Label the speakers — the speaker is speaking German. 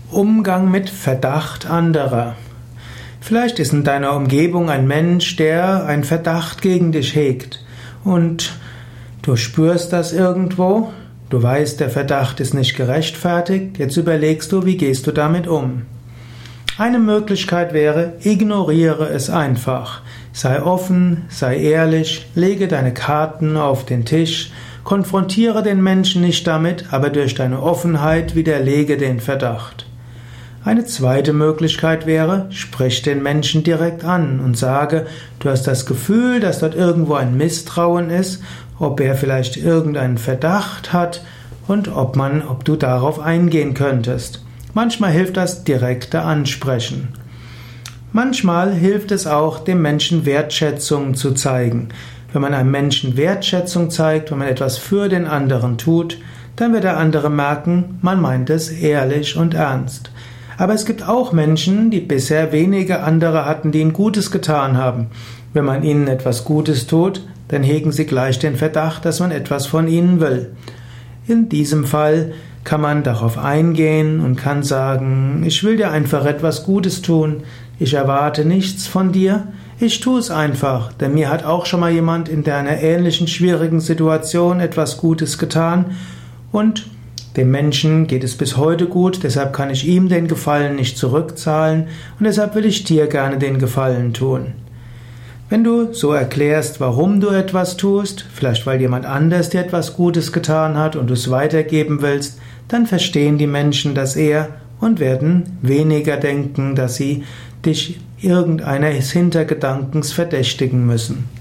Speaker 1: Umgang mit Verdacht anderer. Vielleicht ist in deiner Umgebung ein Mensch, der einen Verdacht gegen dich hegt. Und du spürst das irgendwo. Du weißt, der Verdacht ist nicht gerechtfertigt. Jetzt überlegst du, wie gehst du damit um? Eine Möglichkeit wäre, ignoriere es einfach. Sei offen, sei ehrlich, lege deine Karten auf den Tisch, konfrontiere den Menschen nicht damit, aber durch deine Offenheit widerlege den Verdacht. Eine zweite Möglichkeit wäre, sprich den Menschen direkt an und sage, du hast das Gefühl, dass dort irgendwo ein Misstrauen ist, ob er vielleicht irgendeinen Verdacht hat und ob du darauf eingehen könntest. Manchmal hilft das direkte Ansprechen. Manchmal hilft es auch, dem Menschen Wertschätzung zu zeigen. Wenn man einem Menschen Wertschätzung zeigt, wenn man etwas für den anderen tut, dann wird der andere merken, man meint es ehrlich und ernst. Aber es gibt auch Menschen, die bisher wenige andere hatten, die ihnen Gutes getan haben. Wenn man ihnen etwas Gutes tut, dann hegen sie gleich den Verdacht, dass man etwas von ihnen will. In diesem Fall kann man darauf eingehen und kann sagen, ich will dir einfach etwas Gutes tun, ich erwarte nichts von dir, ich tue es einfach, denn mir hat auch schon mal jemand in einer ähnlichen schwierigen Situation etwas Gutes getan und dem Menschen geht es bis heute gut, deshalb kann ich ihm den Gefallen nicht zurückzahlen und deshalb will ich dir gerne den Gefallen tun. Wenn du so erklärst, warum du etwas tust, vielleicht weil jemand anders dir etwas Gutes getan hat und du es weitergeben willst, dann verstehen die Menschen das eher und werden weniger denken, dass sie dich irgendeines Hintergedankens verdächtigen müssen.